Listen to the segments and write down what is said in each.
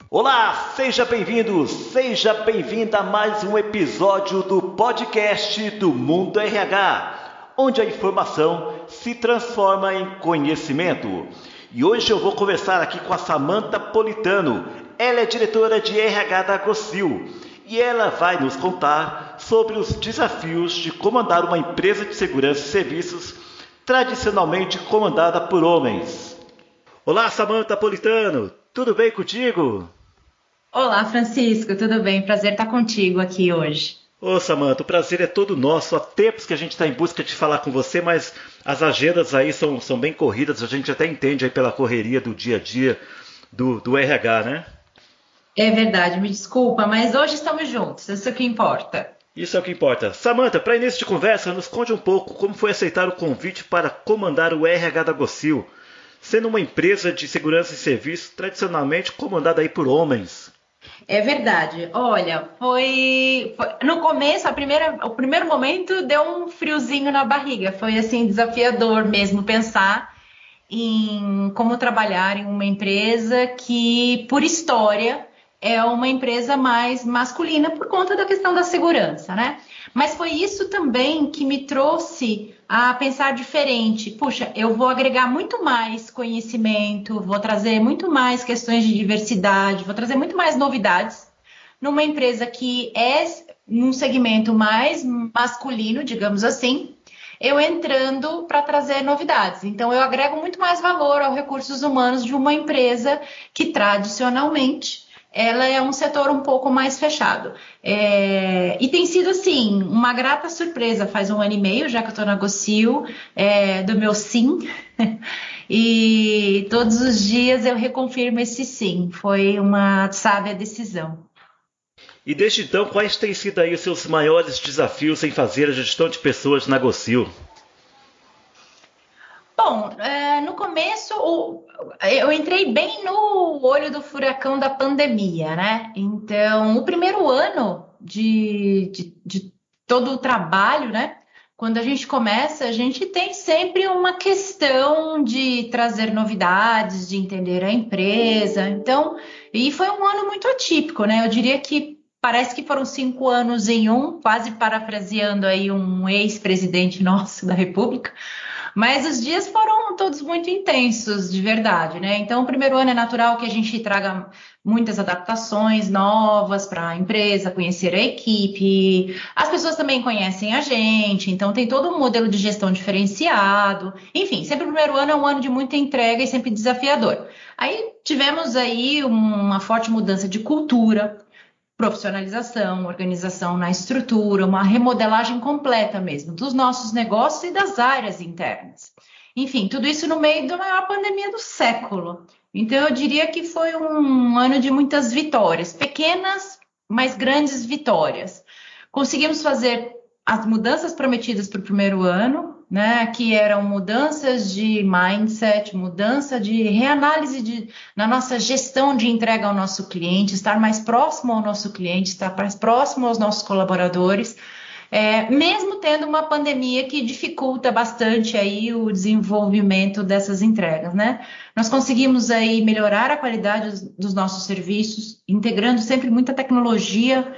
Olá, seja bem-vindo, seja bem-vinda a mais um episódio do podcast do Mundo RH, onde a informação se transforma em conhecimento. E hoje eu vou conversar aqui com a Samantha Politano. Ela é diretora de RH da Gocil e ela vai nos contar sobre os desafios de comandar uma empresa de segurança e serviços tradicionalmente comandada por homens. Olá, Samantha Politano, tudo bem contigo? Olá, Francisco, tudo bem? Prazer estar contigo aqui hoje. Ô, Samantha, o prazer é todo nosso. Há tempos que a gente está em busca de falar com você, mas as agendas aí são bem corridas, a gente até entende aí pela correria do dia a dia do RH, né? É verdade, me desculpa, mas hoje estamos juntos, isso é o que importa. Isso é o que importa. Samantha, para início de conversa, nos conte um pouco como foi aceitar o convite para comandar o RH da Gocil, sendo uma empresa de segurança e serviço tradicionalmente comandada aí por homens. É verdade. Olha, foi no começo, o primeiro momento deu um friozinho na barriga. Foi assim desafiador mesmo pensar em como trabalhar em uma empresa que, por história, é uma empresa mais masculina por conta da questão da segurança, né? Mas foi isso também que me trouxe a pensar diferente. Puxa, eu vou agregar muito mais conhecimento, vou trazer muito mais questões de diversidade, vou trazer muito mais novidades numa empresa que é num segmento mais masculino, digamos assim, eu entrando para trazer novidades. Então, eu agrego muito mais valor aos recursos humanos de uma empresa que tradicionalmente ela é um setor um pouco mais fechado. E tem sido, assim, uma grata surpresa. Faz 1 ano e meio, já que eu estou na Gocil, do meu sim. E todos os dias eu reconfirmo esse sim. Foi uma sábia decisão. E desde então, quais têm sido aí os seus maiores desafios em fazer a gestão de pessoas na Gocil? Bom, no começo eu entrei bem no olho do furacão da pandemia, né? Então, o primeiro ano de todo o trabalho, né? Quando a gente começa, a gente tem sempre uma questão de trazer novidades, de entender a empresa. Então, e foi um ano muito atípico, né? Eu diria que parece que foram 5 anos em um, quase parafraseando aí um ex-presidente nosso da República. Mas os dias foram todos muito intensos, de verdade, né? Então, o primeiro ano é natural que a gente traga muitas adaptações novas para a empresa, conhecer a equipe. As pessoas também conhecem a gente, então tem todo um modelo de gestão diferenciado. Enfim, sempre o primeiro ano é um ano de muita entrega e sempre desafiador. Aí tivemos aí uma forte mudança de cultura, profissionalização, organização na estrutura, uma remodelagem completa mesmo dos nossos negócios e das áreas internas. Enfim, tudo isso no meio da maior pandemia do século. Então, eu diria que foi um ano de muitas vitórias, pequenas, mas grandes vitórias. Conseguimos fazer as mudanças prometidas para o primeiro ano, né, que eram mudanças de mindset, mudança de reanálise na nossa gestão de entrega ao nosso cliente, estar mais próximo ao nosso cliente, estar mais próximo aos nossos colaboradores, mesmo tendo uma pandemia que dificulta bastante aí o desenvolvimento dessas entregas, né? Nós conseguimos aí melhorar a qualidade dos nossos serviços, integrando sempre muita tecnologia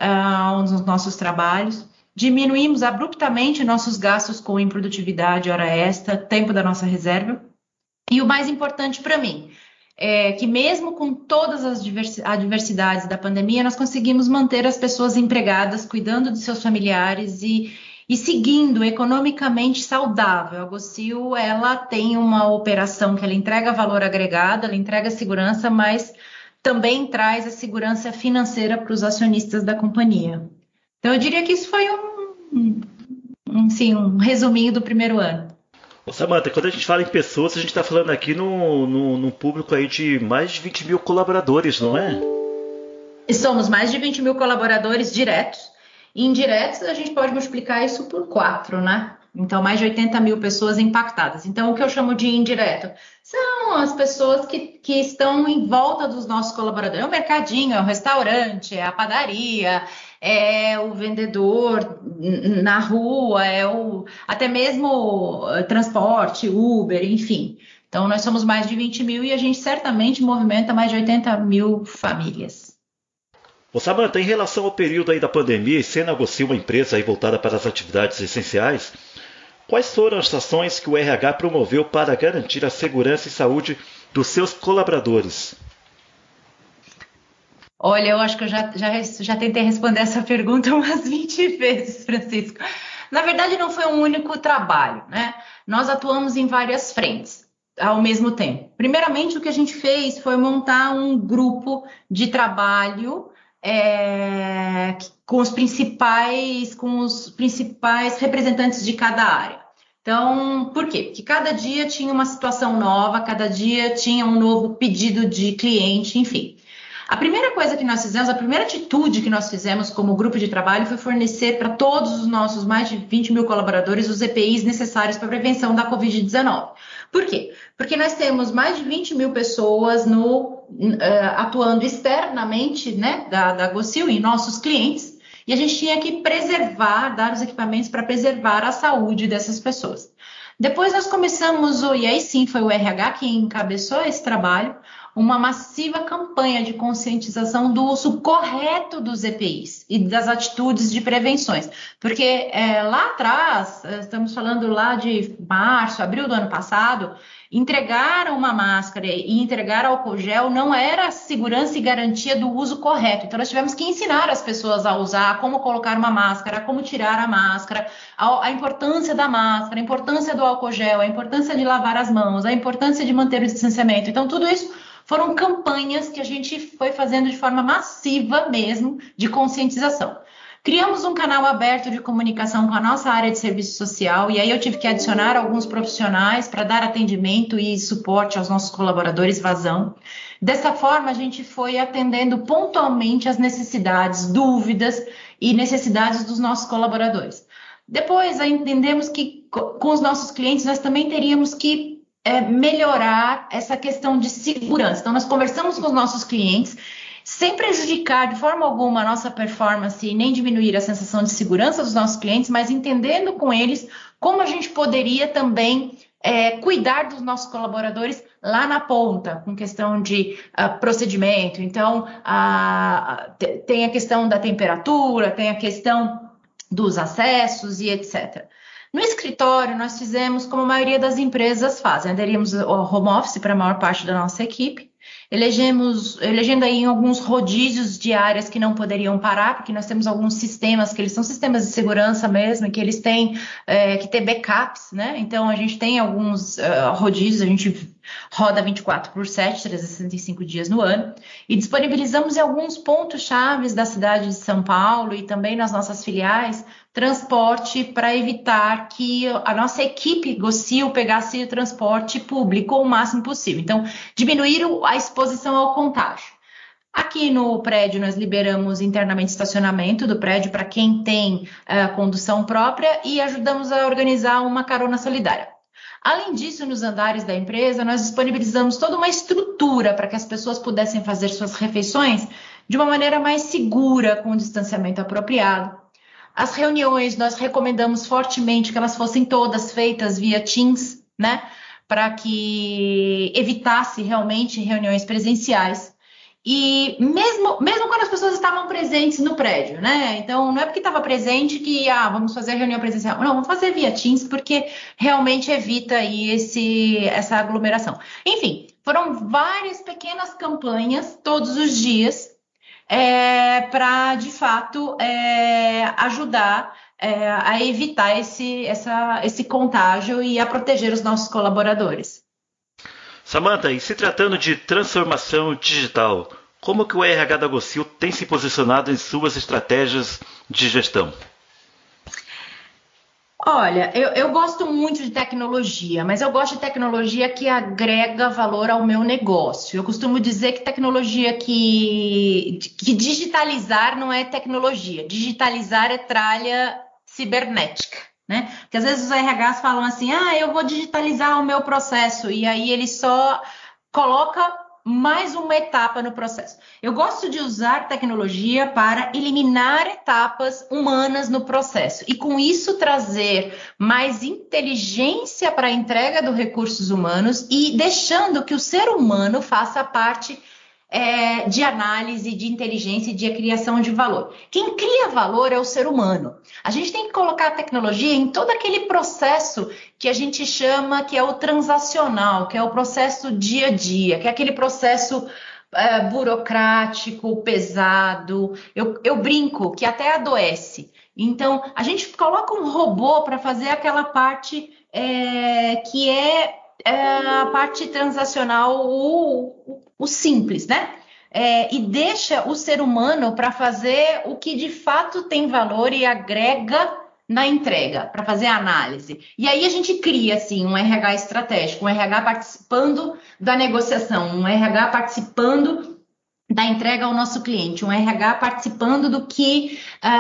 nos nossos trabalhos. Diminuímos abruptamente nossos gastos com improdutividade, hora extra, tempo da nossa reserva. E o mais importante para mim é que mesmo com todas as adversidades da pandemia, nós conseguimos manter as pessoas empregadas, cuidando de seus familiares e seguindo economicamente saudável. A Gocil, ela tem uma operação que ela entrega valor agregado, ela entrega segurança, mas também traz a segurança financeira para os acionistas da companhia. Então, eu diria que isso foi um resuminho do primeiro ano. Ô, Samantha, quando a gente fala em pessoas, a gente está falando aqui num público aí de mais de 20 mil colaboradores, não é? E somos mais de 20 mil colaboradores diretos. E indiretos, a gente pode multiplicar isso por 4, né? Então, mais de 80 mil pessoas impactadas. Então, o que eu chamo de indireto são as pessoas que estão em volta dos nossos colaboradores. É o mercadinho, é o restaurante, é a padaria, é o vendedor na rua, até mesmo transporte, Uber, enfim. Então, nós somos mais de 20 mil e a gente certamente movimenta mais de 80 mil famílias. Ô Samanta, em relação ao período aí da pandemia e sendo a Gocil uma empresa aí voltada para as atividades essenciais, quais foram as ações que o RH promoveu para garantir a segurança e saúde dos seus colaboradores? Olha, eu acho que eu já tentei responder essa pergunta umas 20 vezes, Francisco. Na verdade, não foi um único trabalho, né? Nós atuamos em várias frentes ao mesmo tempo. Primeiramente, o que a gente fez foi montar um grupo de trabalho com os principais representantes de cada área. Então, por quê? Porque cada dia tinha uma situação nova, cada dia tinha um novo pedido de cliente, enfim. A primeira coisa que nós fizemos, a primeira atitude que nós fizemos como grupo de trabalho foi fornecer para todos os nossos mais de 20 mil colaboradores os EPIs necessários para a prevenção da Covid-19. Por quê? Porque nós temos mais de 20 mil pessoas atuando externamente, né, da Gocil em nossos clientes, e a gente tinha que dar os equipamentos para preservar a saúde dessas pessoas. Depois nós começamos, e aí sim foi o RH que encabeçou esse trabalho, uma massiva campanha de conscientização do uso correto dos EPIs e das atitudes de prevenções. Porque lá atrás, estamos falando lá de março, abril do ano passado, entregar uma máscara e entregar álcool gel não era segurança e garantia do uso correto. Então, nós tivemos que ensinar as pessoas a usar, como colocar uma máscara, como tirar a máscara, a importância da máscara, a importância do álcool gel, a importância de lavar as mãos, a importância de manter o distanciamento. Então, tudo isso foram campanhas que a gente foi fazendo de forma massiva mesmo, de conscientização. Criamos um canal aberto de comunicação com a nossa área de serviço social e aí eu tive que adicionar alguns profissionais para dar atendimento e suporte aos nossos colaboradores vazão. Dessa forma, a gente foi atendendo pontualmente as necessidades, dúvidas e necessidades dos nossos colaboradores. Depois, entendemos que com os nossos clientes nós também teríamos que melhorar essa questão de segurança. Então, nós conversamos com os nossos clientes, sem prejudicar de forma alguma a nossa performance e nem diminuir a sensação de segurança dos nossos clientes, mas entendendo com eles como a gente poderia também cuidar dos nossos colaboradores lá na ponta, com questão de procedimento. Então, tem a questão da temperatura, tem a questão dos acessos e etc. No escritório, nós fizemos como a maioria das empresas fazem, aderimos ao home office para a maior parte da nossa equipe, elegendo aí alguns rodízios de áreas que não poderiam parar, porque nós temos alguns sistemas, que eles são sistemas de segurança mesmo, que eles têm que ter backups, né? Então, a gente tem alguns rodízios, a gente roda 24/7, 365 dias no ano, e disponibilizamos em alguns pontos chaves da cidade de São Paulo e também nas nossas filiais, transporte para evitar que a nossa equipe Gocil pegasse o transporte público o máximo possível. Então, diminuir a exposição ao contágio. Aqui no prédio, nós liberamos internamente estacionamento do prédio para quem tem condução própria e ajudamos a organizar uma carona solidária. Além disso, nos andares da empresa, nós disponibilizamos toda uma estrutura para que as pessoas pudessem fazer suas refeições de uma maneira mais segura, com o distanciamento apropriado. As reuniões, nós recomendamos fortemente que elas fossem todas feitas via Teams, né? Para que evitasse realmente reuniões presenciais. E mesmo quando as pessoas estavam presentes no prédio, né? Então, não é porque estava presente que, vamos fazer reunião presencial. Não, vamos fazer via Teams, porque realmente evita aí essa aglomeração. Enfim, foram várias pequenas campanhas todos os dias, para, de fato, ajudar a evitar esse contágio e a proteger os nossos colaboradores. Samanta, e se tratando de transformação digital, como que o RH da Gocil tem se posicionado em suas estratégias de gestão? Olha, eu gosto muito de tecnologia, mas eu gosto de tecnologia que agrega valor ao meu negócio. Eu costumo dizer que tecnologia que digitalizar não é tecnologia, digitalizar é tralha cibernética, né? Porque às vezes os RHs falam assim, eu vou digitalizar o meu processo, e aí ele só coloca mais uma etapa no processo. Eu gosto de usar tecnologia para eliminar etapas humanas no processo e, com isso, trazer mais inteligência para a entrega dos recursos humanos e deixando que o ser humano faça parte de análise, de inteligência e de criação de valor. Quem cria valor é o ser humano. A gente tem que colocar a tecnologia em todo aquele processo que a gente chama que é o transacional, que é o processo dia a dia, que é aquele processo burocrático, pesado. Eu brinco que até adoece. Então, a gente coloca um robô para fazer aquela parte que é a parte transacional, o simples, né? E deixa o ser humano para fazer o que de fato tem valor e agrega na entrega, para fazer a análise. E aí a gente cria, assim, um RH estratégico, um RH participando da negociação, um RH participando da entrega ao nosso cliente, um RH participando do que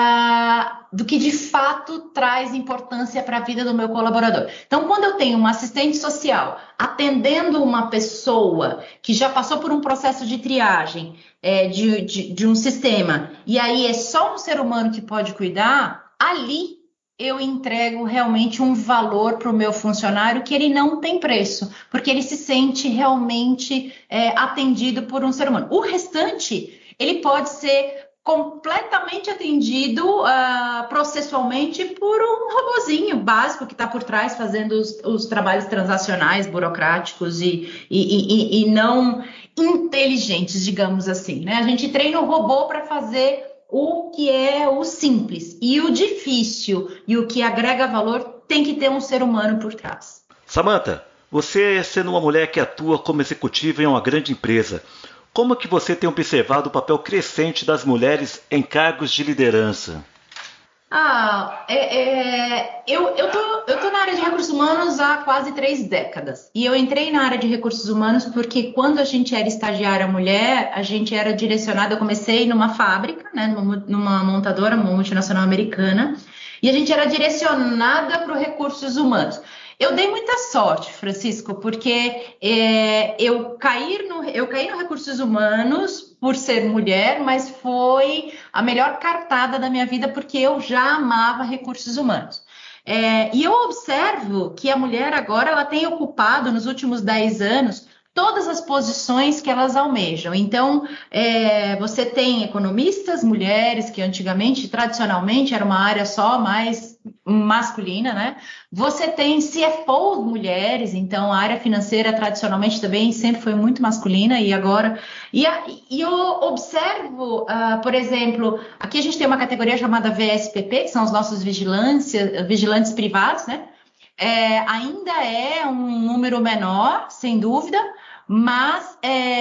de fato traz importância para a vida do meu colaborador. Então, quando eu tenho uma assistente social atendendo uma pessoa que já passou por um processo de triagem de um sistema, e aí é só um ser humano que pode cuidar, ali eu entrego realmente um valor para o meu funcionário que ele não tem preço, porque ele se sente realmente atendido por um ser humano. O restante, ele pode ser completamente atendido processualmente por um robozinho básico que está por trás fazendo os trabalhos transacionais, burocráticos e não inteligentes, digamos assim, né? A gente treina o robô para fazer o que é o simples, e o difícil e o que agrega valor tem que ter um ser humano por trás. Samantha, você sendo uma mulher que atua como executiva em uma grande empresa, como que você tem observado o papel crescente das mulheres em cargos de liderança? Eu tô na área de recursos humanos há quase 3 décadas. E eu entrei na área de recursos humanos porque quando a gente era estagiária mulher, a gente era direcionada, eu comecei numa fábrica, né, numa montadora, uma multinacional americana, e a gente era direcionada para os recursos humanos. Eu dei muita sorte, Francisco, porque eu caí no recursos humanos por ser mulher, mas foi a melhor cartada da minha vida porque eu já amava recursos humanos. E eu observo que a mulher agora ela tem ocupado nos últimos 10 anos todas as posições que elas almejam. Então, você tem economistas mulheres, que antigamente, tradicionalmente, era uma área só mais masculina, né? Você tem CFOs mulheres, então a área financeira tradicionalmente também sempre foi muito masculina e agora... E eu observo, por exemplo, aqui a gente tem uma categoria chamada VSPP, que são os nossos vigilantes privados, né? Ainda é um número menor, sem dúvida, mas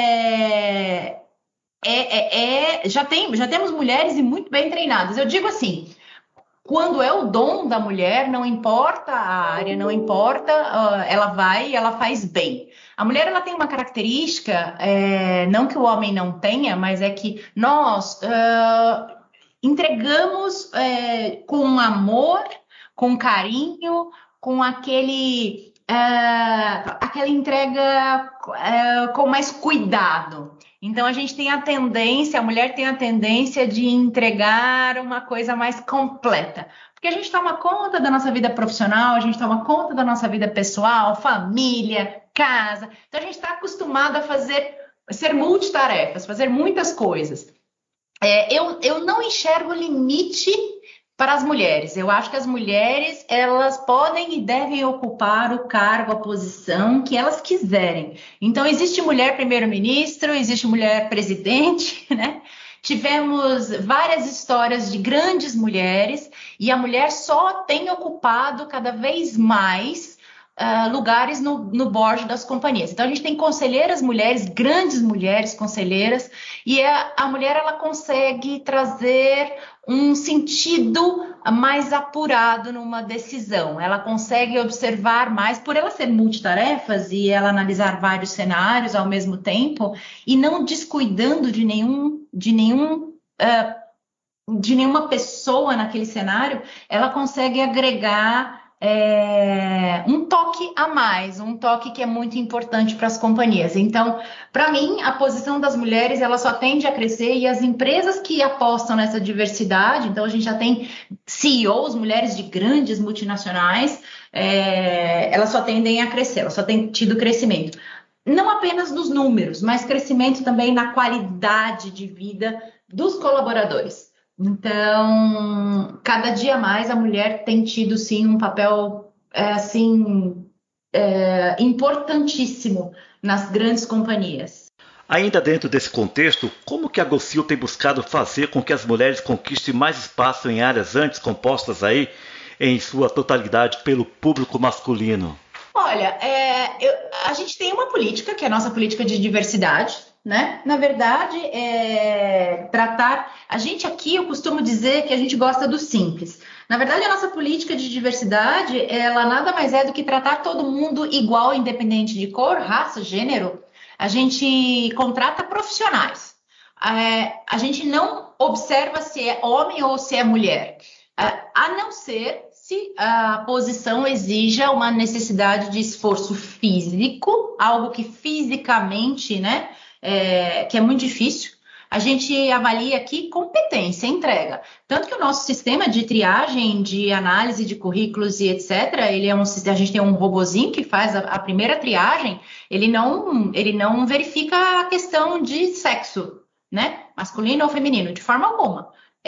já temos mulheres e muito bem treinadas. Eu digo assim, quando é o dom da mulher, não importa a área, não importa, ela vai e ela faz bem. A mulher ela tem uma característica, não que o homem não tenha, mas é que nós entregamos com amor, com carinho, com aquela entrega com mais cuidado. Então, a gente tem a mulher tem a tendência de entregar uma coisa mais completa. Porque a gente toma conta da nossa vida profissional, a gente toma conta da nossa vida pessoal, família, casa. Então, a gente está acostumado a ser multitarefas, fazer muitas coisas. Eu não enxergo limite para as mulheres. Eu acho que as mulheres, elas podem e devem ocupar o cargo, a posição que elas quiserem. Então, existe mulher primeiro-ministro, existe mulher presidente, né? Tivemos várias histórias de grandes mulheres e a mulher só tem ocupado cada vez mais lugares no board das companhias. Então, a gente tem conselheiras mulheres, grandes mulheres conselheiras, e a mulher ela consegue trazer um sentido mais apurado numa decisão. Ela consegue observar mais, por ela ser multitarefas e ela analisar vários cenários ao mesmo tempo e não descuidando de nenhuma pessoa naquele cenário, ela consegue agregar um toque a mais, um toque que é muito importante para as companhias. Então, para mim, a posição das mulheres ela só tende a crescer e as empresas que apostam nessa diversidade, então a gente já tem CEOs, mulheres de grandes multinacionais, elas só tendem a crescer, elas só têm tido crescimento. Não apenas nos números, mas crescimento também na qualidade de vida dos colaboradores. Então, cada dia mais a mulher tem tido, sim, um papel, importantíssimo nas grandes companhias. Ainda dentro desse contexto, como que a GoSil tem buscado fazer com que as mulheres conquistem mais espaço em áreas antes compostas aí, em sua totalidade, pelo público masculino? Olha, a gente tem uma política, que é a nossa política de diversidade, né? Na verdade, a gente aqui, eu costumo dizer que a gente gosta do simples. Na verdade, a nossa política de diversidade, ela nada mais é do que tratar todo mundo igual, independente de cor, raça, gênero. A gente contrata profissionais. A gente não observa se é homem ou se é mulher, a não ser se a posição exija uma necessidade de esforço físico, algo que fisicamente, né, que é muito difícil. A gente avalia aqui competência, entrega. Tanto que o nosso sistema de triagem, de análise de currículos e etc., a gente tem um robozinho que faz a primeira triagem, ele não verifica a questão de sexo, né? Masculino ou feminino, de forma alguma.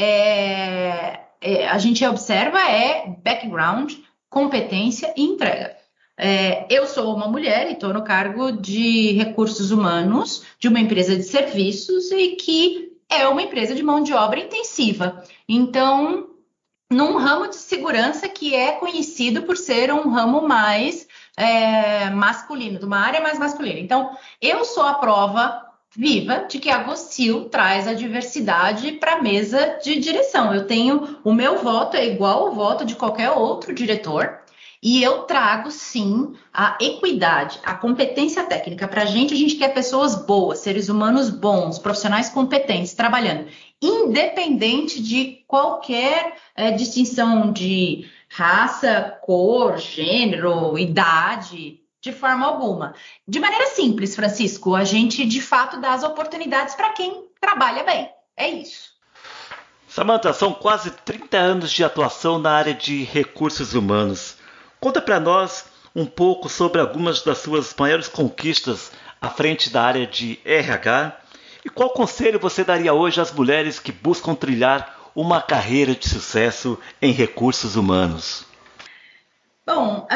A gente observa background, competência e entrega. Eu sou uma mulher e estou no cargo de recursos humanos de uma empresa de serviços e que é uma empresa de mão de obra intensiva. Então, num ramo de segurança que é conhecido por ser um ramo mais masculino, de uma área mais masculina. Então, eu sou a prova viva de que a GoSil traz a diversidade para a mesa de direção. O meu voto é igual ao voto de qualquer outro diretor e eu trago, sim, a equidade, a competência técnica. Para a gente quer pessoas boas, seres humanos bons, profissionais competentes, trabalhando, independente de qualquer distinção de raça, cor, gênero, idade, de forma alguma. De maneira simples, Francisco, a gente de fato dá as oportunidades para quem trabalha bem. É isso. Samantha, são quase 30 anos de atuação na área de recursos humanos. Conta para nós um pouco sobre algumas das suas maiores conquistas à frente da área de RH e qual conselho você daria hoje às mulheres que buscam trilhar uma carreira de sucesso em recursos humanos. Bom,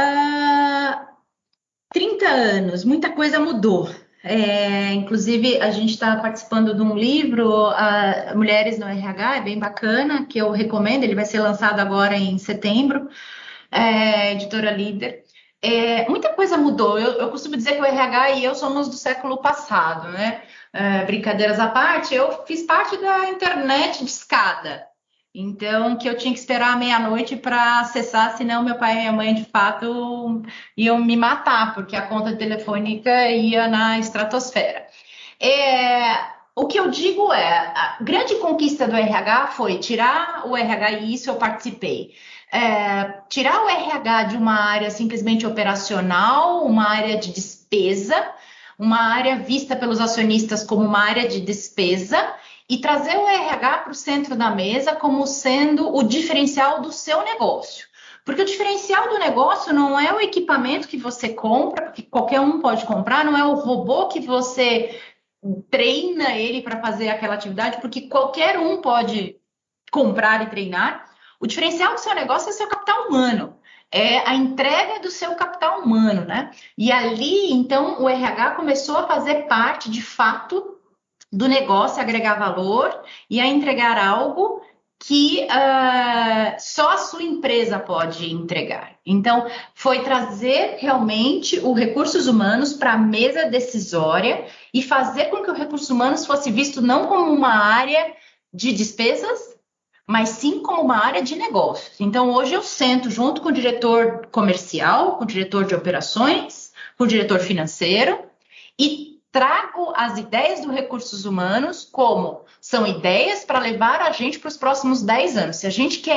30 anos, muita coisa mudou. Inclusive, a gente está participando de um livro, Mulheres no RH, é bem bacana, que eu recomendo, ele vai ser lançado agora em setembro, editora Líder. Muita coisa mudou, eu costumo dizer que o RH e eu somos do século passado, né? Brincadeiras à parte, eu fiz parte da internet de escada, então que eu tinha que esperar a meia-noite para acessar, senão meu pai e minha mãe de fato iam me matar, porque a conta telefônica ia na estratosfera. O que eu digo a grande conquista do RH foi tirar o RH, e isso eu participei, tirar o RH de uma área simplesmente operacional, uma área de despesa, uma área vista pelos acionistas como uma área de despesa, e trazer o RH para o centro da mesa como sendo o diferencial do seu negócio. Porque o diferencial do negócio não é o equipamento que você compra, porque qualquer um pode comprar, não é o robô que você treina ele para fazer aquela atividade, porque qualquer um pode comprar e treinar. O diferencial do seu negócio é o seu capital humano. É a entrega do seu capital humano, né? E ali, então, o RH começou a fazer parte, de fato, do negócio, a agregar valor e a entregar algo que só a sua empresa pode entregar. Então, foi trazer realmente os recursos humanos para a mesa decisória e fazer com que o recursos humanos fosse visto não como uma área de despesas, mas sim como uma área de negócios. Então, hoje eu sento junto com o diretor comercial, com o diretor de operações, com o diretor financeiro e trago as ideias do recursos humanos como são ideias para levar a gente para os próximos 10 anos. Se a gente quer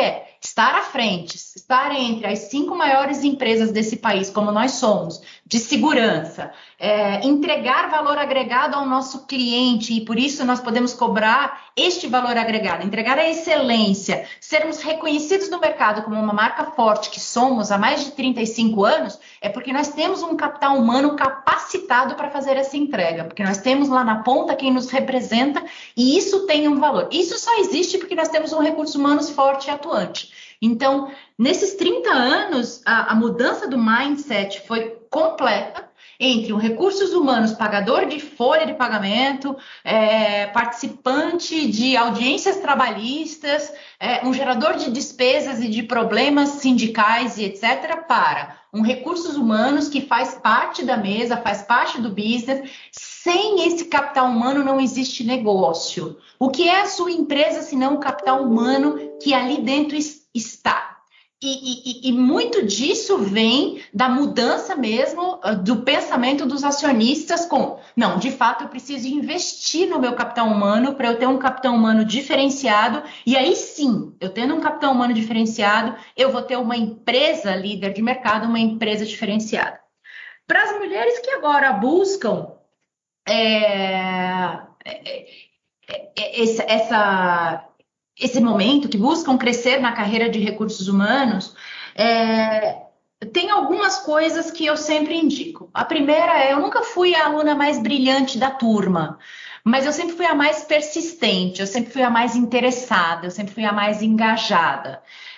estar à frente, estar entre as 5 maiores empresas desse país, como nós somos, de segurança, entregar valor agregado ao nosso cliente, e por isso nós podemos cobrar este valor agregado, entregar a excelência, sermos reconhecidos no mercado como uma marca forte que somos há mais de 35 anos, é porque nós temos um capital humano capacitado para fazer essa entrega, porque nós temos lá na ponta quem nos representa, e isso tem um valor. Isso só existe porque nós temos um recurso humano forte e atuante. Então, nesses 30 anos, a mudança do mindset foi completa entre um recursos humanos pagador de folha de pagamento, participante de audiências trabalhistas, um gerador de despesas e de problemas sindicais e etc., para um recursos humanos que faz parte da mesa, faz parte do business. Sem esse capital humano não existe negócio. O que é a sua empresa se não o capital humano que ali dentro está? E muito disso vem da mudança mesmo do pensamento dos acionistas não, de fato eu preciso investir no meu capital humano para eu ter um capital humano diferenciado, e aí sim, eu tendo um capital humano diferenciado, eu vou ter uma empresa líder de mercado, uma empresa diferenciada. Para as mulheres que agora buscam esse momento, que buscam crescer na carreira de recursos humanos, tem algumas coisas que eu sempre indico. A primeira eu nunca fui a aluna mais brilhante da turma, mas eu sempre fui a mais persistente, eu sempre fui a mais interessada, eu sempre fui a mais engajada.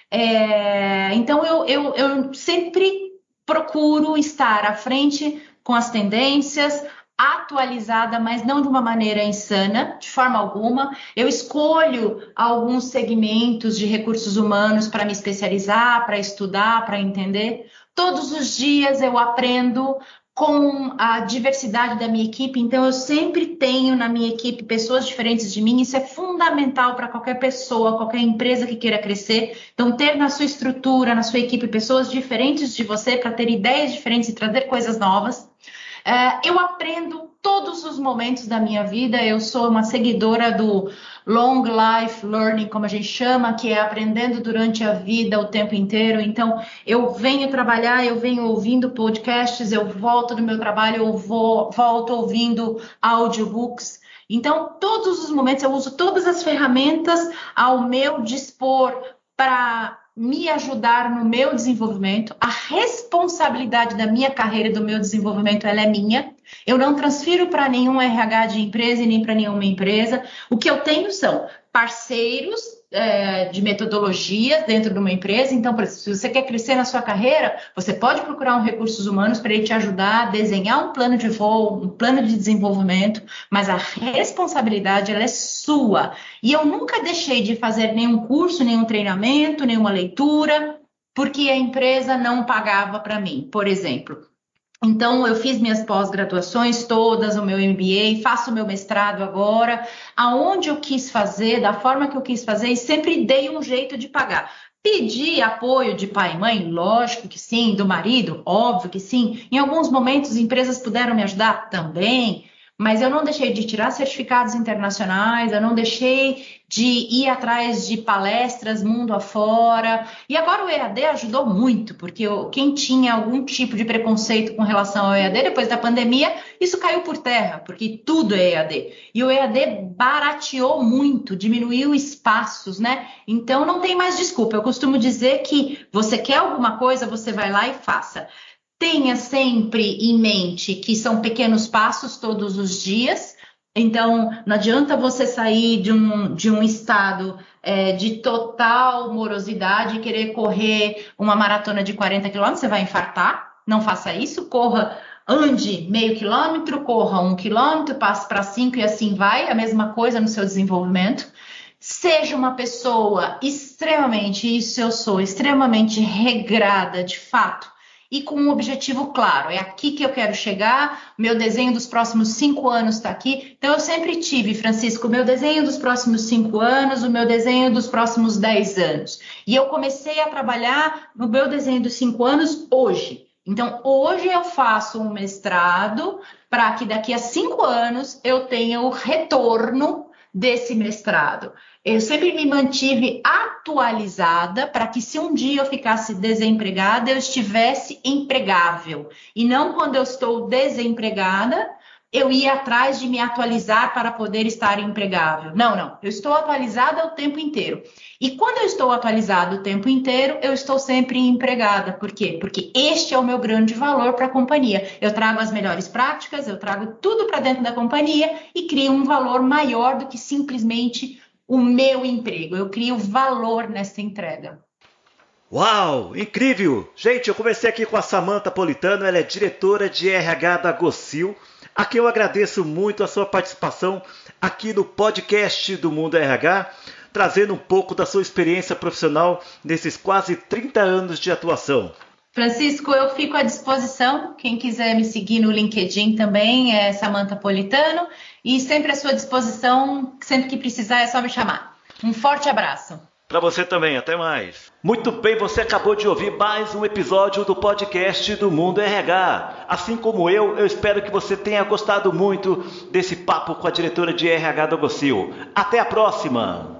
Então eu sempre procuro estar à frente com as tendências, atualizada, mas não de uma maneira insana, de forma alguma. Eu escolho alguns segmentos de recursos humanos para me especializar, para estudar, para entender. Todos os dias eu aprendo com a diversidade da minha equipe, então eu sempre tenho na minha equipe pessoas diferentes de mim. Isso é fundamental para qualquer pessoa, qualquer empresa que queira crescer. Então, ter na sua estrutura, na sua equipe, pessoas diferentes de você para ter ideias diferentes e trazer coisas novas. Eu aprendo todos os momentos da minha vida. Eu sou uma seguidora do Long Life Learning, como a gente chama, que é aprendendo durante a vida o tempo inteiro. Então, eu venho trabalhar, eu venho ouvindo podcasts, eu volto do meu trabalho, eu volto ouvindo audiobooks. Então, todos os momentos, eu uso todas as ferramentas ao meu dispor para me ajudar no meu desenvolvimento. A responsabilidade da minha carreira e do meu desenvolvimento, ela é minha. Eu não transfiro para nenhum RH de empresa e nem para nenhuma empresa. O que eu tenho são parceiros de metodologia dentro de uma empresa. Então, por exemplo, se você quer crescer na sua carreira, você pode procurar um recursos humanos para ele te ajudar a desenhar um plano de voo, um plano de desenvolvimento, mas a responsabilidade, ela é sua. E eu nunca deixei de fazer nenhum curso, nenhum treinamento, nenhuma leitura, porque a empresa não pagava para mim, por exemplo. Então, eu fiz minhas pós-graduações todas, o meu MBA, faço o meu mestrado agora, aonde eu quis fazer, da forma que eu quis fazer, e sempre dei um jeito de pagar. Pedi apoio de pai e mãe? Lógico que sim. Do marido? Óbvio que sim. Em alguns momentos, empresas puderam me ajudar? Também. Mas eu não deixei de tirar certificados internacionais, eu não deixei de ir atrás de palestras mundo afora. E agora o EAD ajudou muito, porque quem tinha algum tipo de preconceito com relação ao EAD, depois da pandemia, isso caiu por terra, porque tudo é EAD. E o EAD barateou muito, diminuiu espaços, né? Então não tem mais desculpa. Eu costumo dizer que você quer alguma coisa, você vai lá e faça. Tenha sempre em mente que são pequenos passos todos os dias. Então, não adianta você sair de um estado de total morosidade e querer correr uma maratona de 40 quilômetros, você vai infartar. Não faça isso. Ande meio quilômetro, corra 1 quilômetro, passe para 5 e assim vai. A mesma coisa no seu desenvolvimento. Seja uma pessoa extremamente regrada, de fato, e com um objetivo claro. É aqui que eu quero chegar, meu desenho dos próximos 5 anos está aqui. Então, eu sempre tive, Francisco, o meu desenho dos próximos 5 anos, o meu desenho dos próximos 10 anos. E eu comecei a trabalhar no meu desenho dos 5 anos hoje. Então, hoje eu faço um mestrado para que daqui a 5 anos eu tenha o retorno desse mestrado? Eu sempre me mantive atualizada para que se um dia eu ficasse desempregada, eu estivesse empregável. E não quando eu estou desempregada, eu ia atrás de me atualizar para poder estar empregável. Não. Eu estou atualizada o tempo inteiro. E quando eu estou atualizada o tempo inteiro, eu estou sempre empregada. Por quê? Porque este é o meu grande valor para a companhia. Eu trago as melhores práticas, eu trago tudo para dentro da companhia e crio um valor maior do que simplesmente o meu emprego. Eu crio valor nessa entrega. Uau, incrível! Gente, eu conversei aqui com a Samantha Politano, ela é diretora de RH da Gocil, a quem eu agradeço muito a sua participação aqui no podcast do Mundo RH, trazendo um pouco da sua experiência profissional nesses quase 30 anos de atuação. Francisco, eu fico à disposição. Quem quiser me seguir no LinkedIn também é Samantha Politano. E sempre à sua disposição, sempre que precisar é só me chamar. Um forte abraço. Para você também, até mais. Muito bem, você acabou de ouvir mais um episódio do podcast do Mundo RH. Assim como eu espero que você tenha gostado muito desse papo com a diretora de RH da Gocil. Até a próxima!